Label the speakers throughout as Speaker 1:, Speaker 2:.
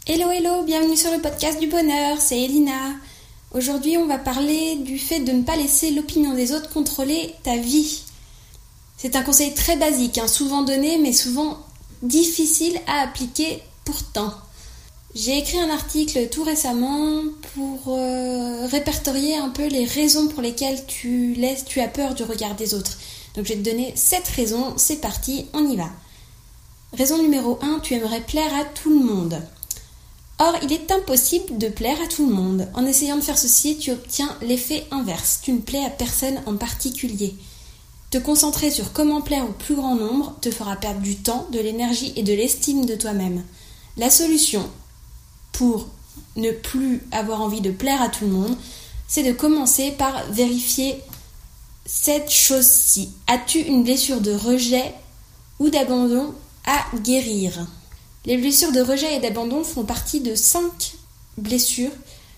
Speaker 1: Hello hello, bienvenue sur le podcast du bonheur, c'est Elina. Aujourd'hui on va parler du fait de ne pas laisser l'opinion des autres contrôler ta vie. C'est un conseil très basique, souvent donné mais souvent difficile à appliquer pourtant. J'ai écrit un article tout récemment pour répertorier un peu les raisons pour lesquelles tu as peur du regard des autres. Donc je vais te donner 7 raisons, c'est parti, on y va. Raison numéro 1, tu aimerais plaire à tout le monde. Or, il est impossible de plaire à tout le monde. En essayant de faire ceci, tu obtiens l'effet inverse. Tu ne plais à personne en particulier. Te concentrer sur comment plaire au plus grand nombre te fera perdre du temps, de l'énergie et de l'estime de toi-même. La solution pour ne plus avoir envie de plaire à tout le monde, c'est de commencer par vérifier cette chose-ci. As-tu une blessure de rejet ou d'abandon à guérir ? Les blessures de rejet et d'abandon font partie de 5 blessures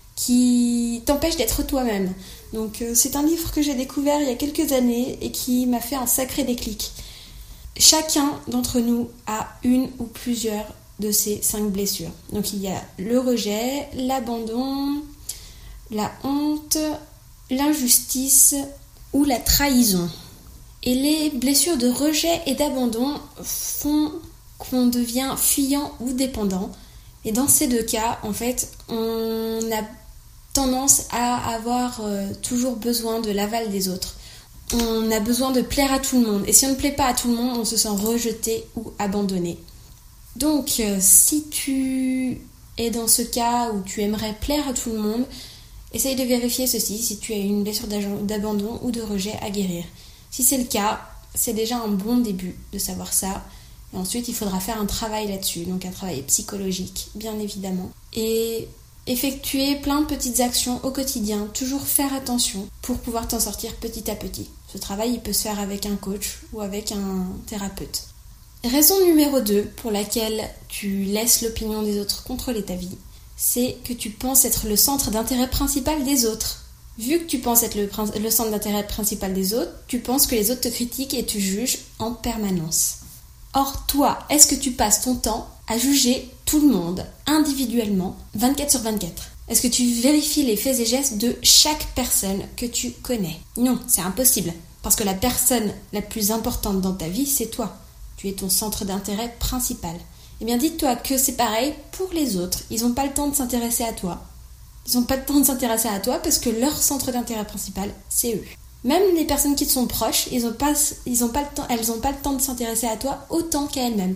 Speaker 1: qui t'empêchent d'être toi-même. Donc c'est un livre que j'ai découvert il y a quelques années et qui m'a fait un sacré déclic. Chacun d'entre nous a une ou plusieurs de ces 5 blessures. Donc il y a le rejet, l'abandon, la honte, l'injustice ou la trahison. Et les blessures de rejet et d'abandon font qu'on devient fuyant ou dépendant. Et dans ces 2 cas, en fait, on a tendance à avoir toujours besoin de l'aval des autres. On a besoin de plaire à tout le monde. Et si on ne plaît pas à tout le monde, on se sent rejeté ou abandonné. Donc, si tu es dans ce cas où tu aimerais plaire à tout le monde, essaye de vérifier ceci, si tu as une blessure d'abandon ou de rejet à guérir. Si c'est le cas, c'est déjà un bon début de savoir ça. Et ensuite, il faudra faire un travail là-dessus, donc un travail psychologique, bien évidemment. Et effectuer plein de petites actions au quotidien, toujours faire attention pour pouvoir t'en sortir petit à petit. Ce travail, il peut se faire avec un coach ou avec un thérapeute. Raison numéro 2 pour laquelle tu laisses l'opinion des autres contrôler ta vie, c'est que tu penses être le centre d'intérêt principal des autres. Vu que tu penses être le centre d'intérêt principal des autres, tu penses que les autres te critiquent et te jugent en permanence. Or, toi, est-ce que tu passes ton temps à juger tout le monde, individuellement, 24/24 ? Est-ce que tu vérifies les faits et gestes de chaque personne que tu connais ? Non, c'est impossible. Parce que la personne la plus importante dans ta vie, c'est toi. Tu es ton centre d'intérêt principal. Eh bien, dis-toi que c'est pareil pour les autres. Ils n'ont pas le temps de s'intéresser à toi. Ils n'ont pas le temps de s'intéresser à toi parce que leur centre d'intérêt principal, c'est eux. Même les personnes qui te sont proches, elles n'ont pas le temps de s'intéresser à toi autant qu'à elles-mêmes.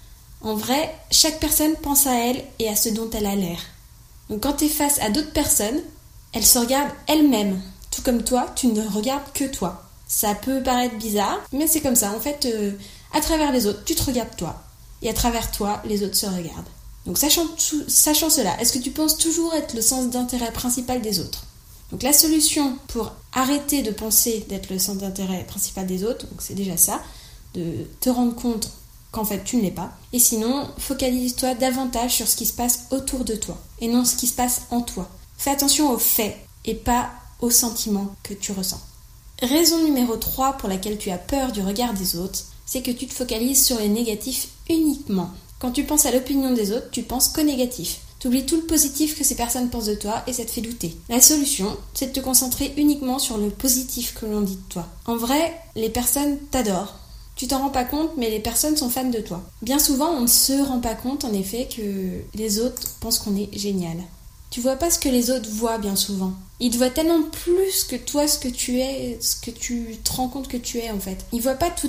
Speaker 1: En vrai, chaque personne pense à elle et à ce dont elle a l'air. Donc quand tu es face à d'autres personnes, elles se regardent elles-mêmes. Tout comme toi, tu ne regardes que toi. Ça peut paraître bizarre, mais c'est comme ça. En fait, à travers les autres, tu te regardes toi. Et à travers toi, les autres se regardent. Donc sachant cela, est-ce que tu penses toujours être le centre d'intérêt principal des autres ? Donc la solution pour arrêter de penser d'être le centre d'intérêt principal des autres, donc c'est déjà ça, de te rendre compte qu'en fait tu ne l'es pas. Et sinon, focalise-toi davantage sur ce qui se passe autour de toi et non ce qui se passe en toi. Fais attention aux faits et pas aux sentiments que tu ressens. Raison numéro 3 pour laquelle tu as peur du regard des autres, c'est que tu te focalises sur les négatifs uniquement. Quand tu penses à l'opinion des autres, tu penses qu'au négatif. Tu oublies tout le positif que ces personnes pensent de toi et ça te fait douter. La solution, c'est de te concentrer uniquement sur le positif que l'on dit de toi. En vrai, les personnes t'adorent. Tu t'en rends pas compte, mais les personnes sont fans de toi. Bien souvent, on ne se rend pas compte en effet que les autres pensent qu'on est génial. Tu vois pas ce que les autres voient bien souvent. Ils te voient tellement plus que toi ce que tu es, ce que tu te rends compte que tu es en fait. Ils voient pas tout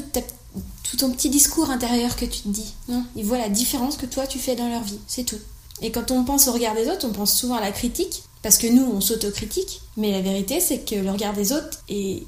Speaker 1: ton petit discours intérieur que tu te dis. Non, ils voient la différence que toi tu fais dans leur vie, c'est tout. Et quand on pense au regard des autres, on pense souvent à la critique, parce que nous, on s'autocritique. Mais la vérité, c'est que le regard des autres est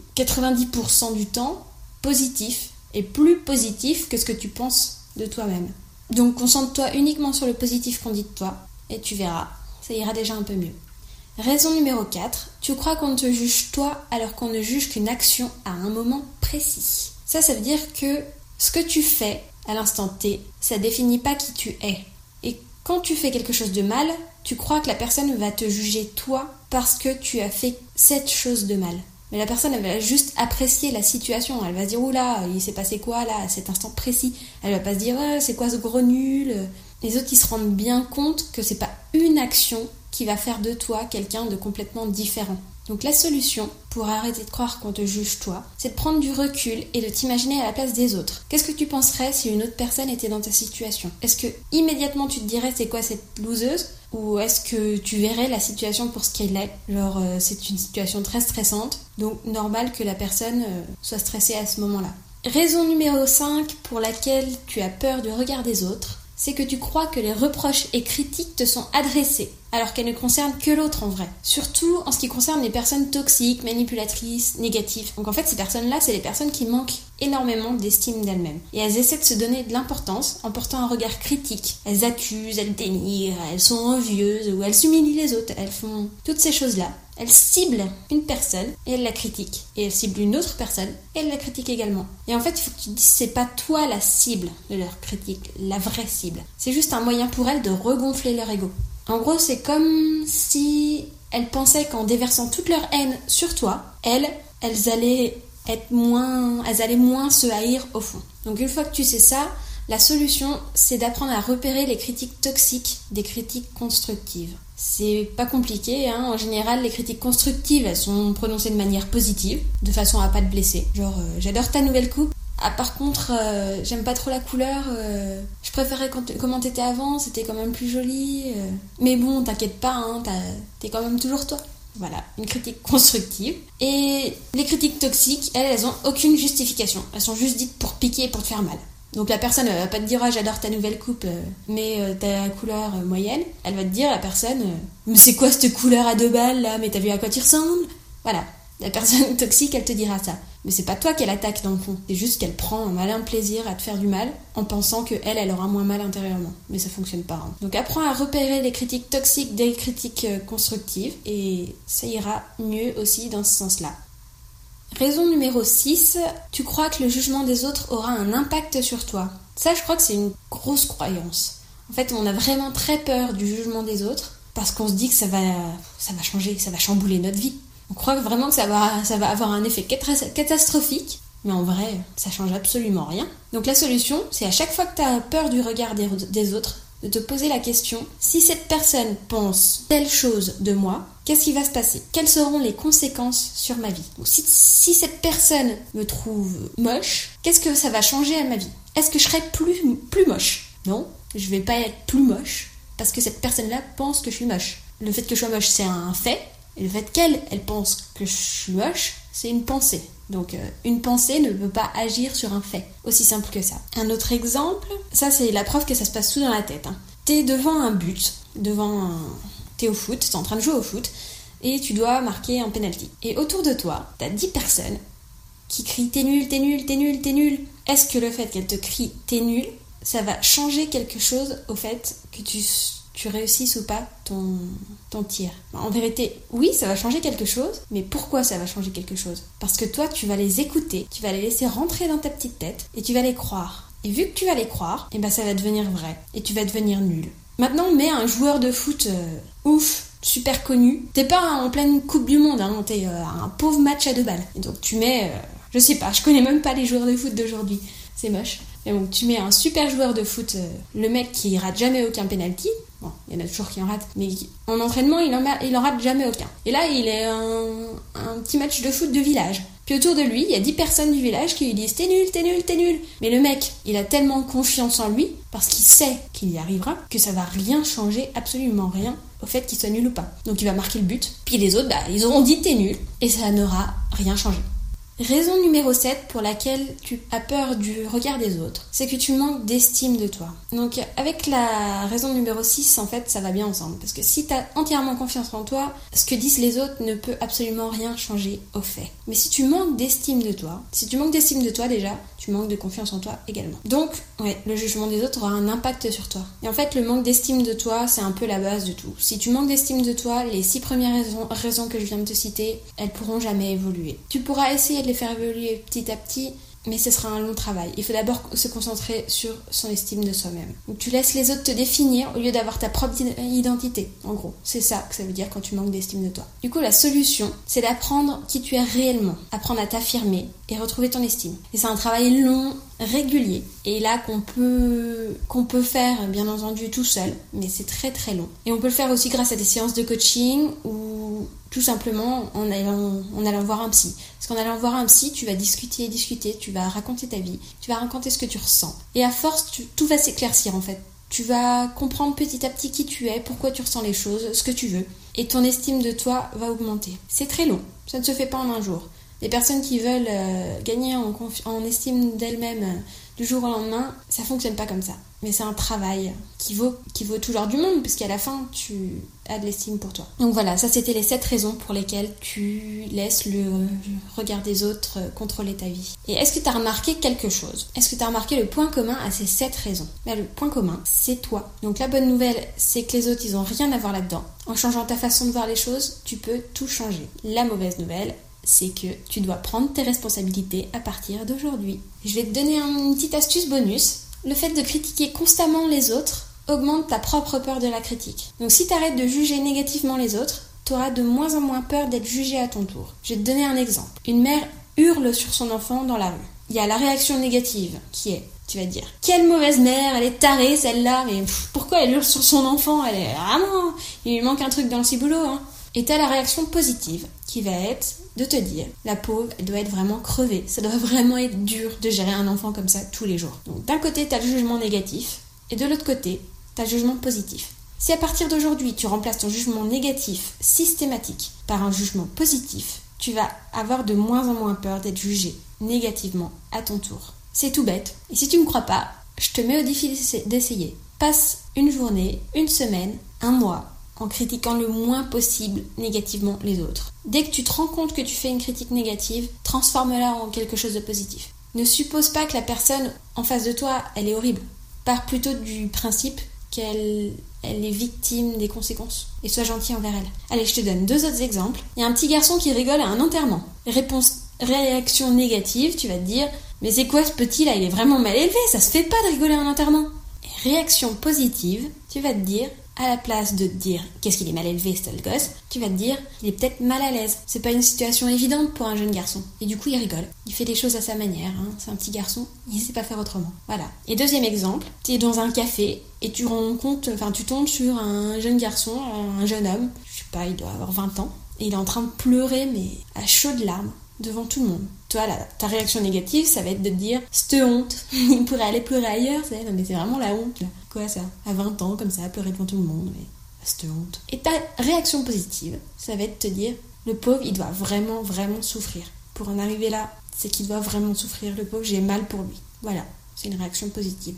Speaker 1: 90% du temps positif, et plus positif que ce que tu penses de toi-même. Donc concentre-toi uniquement sur le positif qu'on dit de toi, et tu verras, ça ira déjà un peu mieux. Raison numéro 4, tu crois qu'on te juge toi alors qu'on ne juge qu'une action à un moment précis. Ça veut dire que ce que tu fais à l'instant T, ça définit pas qui tu es. Et quand tu fais quelque chose de mal, tu crois que la personne va te juger toi parce que tu as fait cette chose de mal. Mais la personne, elle va juste apprécier la situation. Elle va se dire, oula, il s'est passé quoi là, à cet instant précis. Elle va pas se dire, c'est quoi ce gros nul. les autres ils se rendent bien compte que c'est pas une action qui va faire de toi quelqu'un de complètement différent. Donc la solution pour arrêter de croire qu'on te juge toi, c'est de prendre du recul et de t'imaginer à la place des autres. Qu'est-ce que tu penserais si une autre personne était dans ta situation? Est-ce que immédiatement tu te dirais c'est quoi cette loseuse? Ou est-ce que tu verrais la situation pour ce qu'elle est? Genre c'est une situation très stressante, donc normal que la personne soit stressée à ce moment-là. Raison numéro 5 pour laquelle tu as peur du regard des autres, c'est que tu crois que les reproches et critiques te sont adressés, alors qu'elles ne concernent que l'autre en vrai. Surtout en ce qui concerne les personnes toxiques, manipulatrices, négatives. Donc en fait, ces personnes-là, c'est les personnes qui manquent énormément d'estime d'elles-mêmes. Et elles essaient de se donner de l'importance en portant un regard critique. Elles accusent, elles dénigrent, elles sont envieuses ou elles humilient les autres. Elles font toutes ces choses-là. Elles ciblent une personne et elles la critiquent. Et elles ciblent une autre personne et elles la critiquent également. Et en fait, il faut que tu te dises, c'est pas toi la cible de leur critique, la vraie cible. C'est juste un moyen pour elles de regonfler leur ego. En gros, c'est comme si elles pensaient qu'en déversant toute leur haine sur toi, elles allaient moins se haïr au fond. Donc une fois que tu sais ça, la solution, c'est d'apprendre à repérer les critiques toxiques des critiques constructives. C'est pas compliqué, hein. En général, les critiques constructives, elles sont prononcées de manière positive, de façon à pas te blesser. Genre, j'adore ta nouvelle coupe. Ah, par contre, j'aime pas trop la couleur. Je préférais comment t'étais avant, c'était quand même plus joli. Mais bon, t'inquiète pas, hein, t'es quand même toujours toi. Voilà, une critique constructive. Et les critiques toxiques, elles ont aucune justification. Elles sont juste dites pour piquer et pour te faire mal. Donc la personne, elle va pas te dire « Ah, j'adore ta nouvelle coupe, mais ta couleur moyenne ». Elle va te dire, la personne « Mais c'est quoi cette couleur à 2 balles, là? Mais t'as vu à quoi tu ressembles ?» Voilà, la personne toxique, elle te dira ça. Mais c'est pas toi qu'elle attaque dans le fond. C'est juste qu'elle prend un malin plaisir à te faire du mal en pensant qu'elle aura moins mal intérieurement. Mais ça fonctionne pas. Hein. Donc apprends à repérer les critiques toxiques des critiques constructives et ça ira mieux aussi dans ce sens-là. Raison numéro 6, tu crois que le jugement des autres aura un impact sur toi. Ça, je crois que c'est une grosse croyance. En fait, on a vraiment très peur du jugement des autres parce qu'on se dit que ça va changer, ça va chambouler notre vie. On croit vraiment que ça va avoir un effet catastrophique, mais en vrai, ça change absolument rien. Donc la solution, c'est à chaque fois que tu as peur du regard des autres, de te poser la question, si cette personne pense telle chose de moi, qu'est-ce qui va se passer? Quelles seront les conséquences sur ma vie? Donc, si cette personne me trouve moche, qu'est-ce que ça va changer à ma vie? Est-ce que je serai plus moche? Non, je vais pas être plus moche, parce que cette personne-là pense que je suis moche. Le fait que je sois moche, c'est un fait, et le fait qu'elle pense que je suis moche, c'est une pensée. Donc une pensée ne peut pas agir sur un fait. Aussi simple que ça. Un autre exemple, ça c'est la preuve que ça se passe tout dans la tête. Hein. T'es devant un but, t'es au foot, t'es en train de jouer au foot, et tu dois marquer un penalty. Et autour de toi, t'as 10 personnes qui crient « T'es nul, t'es nul, t'es nul, t'es nul ». Est-ce que le fait qu'elles te crient « T'es nul », ça va changer quelque chose au fait que tu réussisses ou pas ton tir? En vérité, oui, ça va changer quelque chose, mais pourquoi ça va changer quelque chose? Parce que toi, tu vas les écouter, tu vas les laisser rentrer dans ta petite tête, et tu vas les croire. Et vu que tu vas les croire, et ben ça va devenir vrai, et tu vas devenir nul. Maintenant, mets un joueur de foot ouf, super connu. T'es pas en pleine coupe du monde, hein, t'es un pauvre match à 2 balles. Et donc tu mets, je sais pas, je connais même pas les joueurs de foot d'aujourd'hui, c'est moche. Et donc tu mets un super joueur de foot, le mec qui rate jamais aucun penalty. Bon, il y en a toujours qui en ratent, mais en entraînement, il en rate jamais aucun. Et là, il est un petit match de foot de village. Puis autour de lui, il y a 10 personnes du village qui lui disent « T'es nul, t'es nul, t'es nul ». Mais le mec, il a tellement confiance en lui, parce qu'il sait qu'il y arrivera, que ça va rien changer, absolument rien, au fait qu'il soit nul ou pas. Donc il va marquer le but, puis les autres, ils auront dit « T'es nul », et ça n'aura rien changé. Raison numéro 7 pour laquelle tu as peur du regard des autres, c'est que tu manques d'estime de toi. Donc avec la raison numéro 6, en fait, ça va bien ensemble. Parce que si tu as entièrement confiance en toi, ce que disent les autres ne peut absolument rien changer au fait. Mais si tu manques d'estime de toi, déjà, tu manques de confiance en toi également. Donc, ouais, le jugement des autres aura un impact sur toi. Et en fait, le manque d'estime de toi, c'est un peu la base de tout. Si tu manques d'estime de toi, les 6 premières raisons que je viens de te citer, elles pourront jamais évoluer. Tu pourras essayer de les faire évoluer petit à petit, mais ce sera un long travail. Il faut d'abord se concentrer sur son estime de soi-même. Donc tu laisses les autres te définir au lieu d'avoir ta propre identité, en gros. C'est ça que ça veut dire quand tu manques d'estime de toi. Du coup, la solution, c'est d'apprendre qui tu es réellement, apprendre à t'affirmer et retrouver ton estime. Et c'est un travail long régulier. Et là qu'on peut faire bien entendu tout seul, mais c'est très très long. Et on peut le faire aussi grâce à des séances de coaching ou tout simplement en allant voir un psy. Parce qu'en allant voir un psy, tu vas discuter, tu vas raconter ta vie, tu vas raconter ce que tu ressens. Et à force, tout va s'éclaircir en fait. Tu vas comprendre petit à petit qui tu es, pourquoi tu ressens les choses, ce que tu veux. Et ton estime de toi va augmenter. C'est très long, ça ne se fait pas en un jour. Les personnes qui veulent gagner en estime d'elles-mêmes du jour au lendemain, ça fonctionne pas comme ça. Mais c'est un travail qui vaut tout l'or du monde, puisqu'à la fin, tu as de l'estime pour toi. Donc voilà, ça c'était les 7 raisons pour lesquelles tu laisses le regard des autres contrôler ta vie. Et est-ce que tu as remarqué quelque chose ? Est-ce que tu as remarqué le point commun à ces 7 raisons ? Ben, le point commun, c'est toi. Donc la bonne nouvelle, c'est que les autres, ils ont rien à voir là-dedans. En changeant ta façon de voir les choses, tu peux tout changer. La mauvaise nouvelle, c'est que tu dois prendre tes responsabilités à partir d'aujourd'hui. Je vais te donner une petite astuce bonus. Le fait de critiquer constamment les autres augmente ta propre peur de la critique. Donc si tu arrêtes de juger négativement les autres, tu auras de moins en moins peur d'être jugé à ton tour. Je vais te donner un exemple. Une mère hurle sur son enfant dans la rue. Il y a la réaction négative qui est, tu vas dire, quelle mauvaise mère, elle est tarée celle-là, mais pourquoi elle hurle sur son enfant ? Elle est vraiment, il lui manque un truc dans le ciboulot, hein. Et t'as la réaction positive qui va être de te dire, la pauvre, elle doit être vraiment crevée. Ça doit vraiment être dur de gérer un enfant comme ça tous les jours. Donc d'un côté, t'as le jugement négatif et de l'autre côté, t'as le jugement positif. Si à partir d'aujourd'hui, tu remplaces ton jugement négatif systématique par un jugement positif, tu vas avoir de moins en moins peur d'être jugé négativement à ton tour. C'est tout bête. Et si tu me crois pas, je te mets au défi d'essayer. Passe une journée, une semaine, un mois en critiquant le moins possible négativement les autres. Dès que tu te rends compte que tu fais une critique négative, transforme-la en quelque chose de positif. Ne suppose pas que la personne en face de toi, elle est horrible. Pars plutôt du principe qu'elle est victime des conséquences et sois gentil envers elle. Allez, je te donne 2 autres exemples. Il y a un petit garçon qui rigole à un enterrement. Réaction négative, tu vas te dire « Mais c'est quoi ce petit là, il est vraiment mal élevé, ça se fait pas de rigoler à un enterrement !» Et réaction positive, tu vas te dire à la place de te dire qu'est-ce qu'il est mal élevé, ce sale gosse, tu vas te dire il est peut-être mal à l'aise. C'est pas une situation évidente pour un jeune garçon. Et du coup, il rigole. Il fait des choses à sa manière. Hein. C'est un petit garçon. Il sait pas faire autrement. Voilà. Et deuxième exemple, tu es dans un café et tu tombes sur un jeune garçon, un jeune homme. Je sais pas, il doit avoir 20 ans. Et il est en train de pleurer, mais à chaudes larmes, devant tout le monde. Toi, là, ta réaction négative, ça va être de te dire cette honte. Il pourrait aller pleurer ailleurs, non mais c'est vraiment la honte, là. Quoi ça ? À 20 ans, comme ça, pleurer devant tout le monde, mais cette honte. Et ta réaction positive, ça va être de te dire le pauvre, il doit vraiment, vraiment souffrir. Pour en arriver là, c'est qu'il doit vraiment souffrir, le pauvre, j'ai mal pour lui. Voilà, c'est une réaction positive.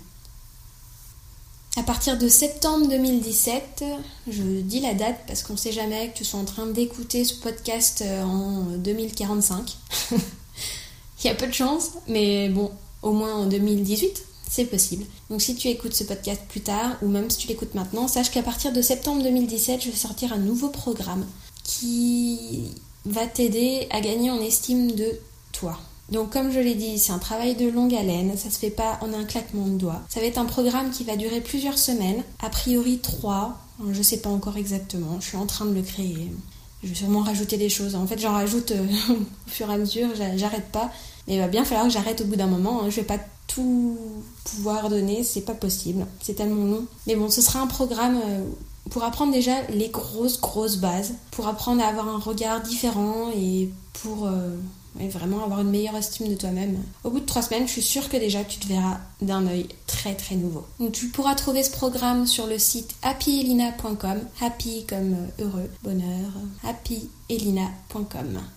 Speaker 1: À partir de septembre 2017, je dis la date parce qu'on sait jamais que tu sois en train d'écouter ce podcast en 2045. Il y a peu de chance, mais bon, au moins en 2018, c'est possible. Donc si tu écoutes ce podcast plus tard, ou même si tu l'écoutes maintenant, sache qu'à partir de septembre 2017, je vais sortir un nouveau programme qui va t'aider à gagner en estime de toi. Donc comme je l'ai dit, c'est un travail de longue haleine, ça se fait pas en un claquement de doigts. Ça va être un programme qui va durer plusieurs semaines, a priori 3, je sais pas encore exactement, je suis en train de le créer. Je vais sûrement rajouter des choses. En fait, j'en rajoute au fur et à mesure, j'arrête pas. Mais il va bien falloir que j'arrête au bout d'un moment. Je vais pas tout pouvoir donner, c'est pas possible. C'est tellement long. Mais bon, ce sera un programme pour apprendre déjà les grosses bases, pour apprendre à avoir un regard différent et pour vraiment avoir une meilleure estime de toi-même. Au bout de 3 semaines, je suis sûre que déjà tu te verras d'un œil très très nouveau. Donc tu pourras trouver ce programme sur le site happyelina.com, happy comme heureux, bonheur, happyelina.com,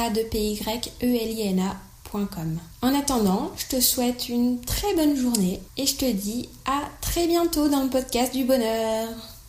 Speaker 1: HA2PYELINA.com. En attendant, je te souhaite une très bonne journée et je te dis à très bientôt dans le podcast du bonheur.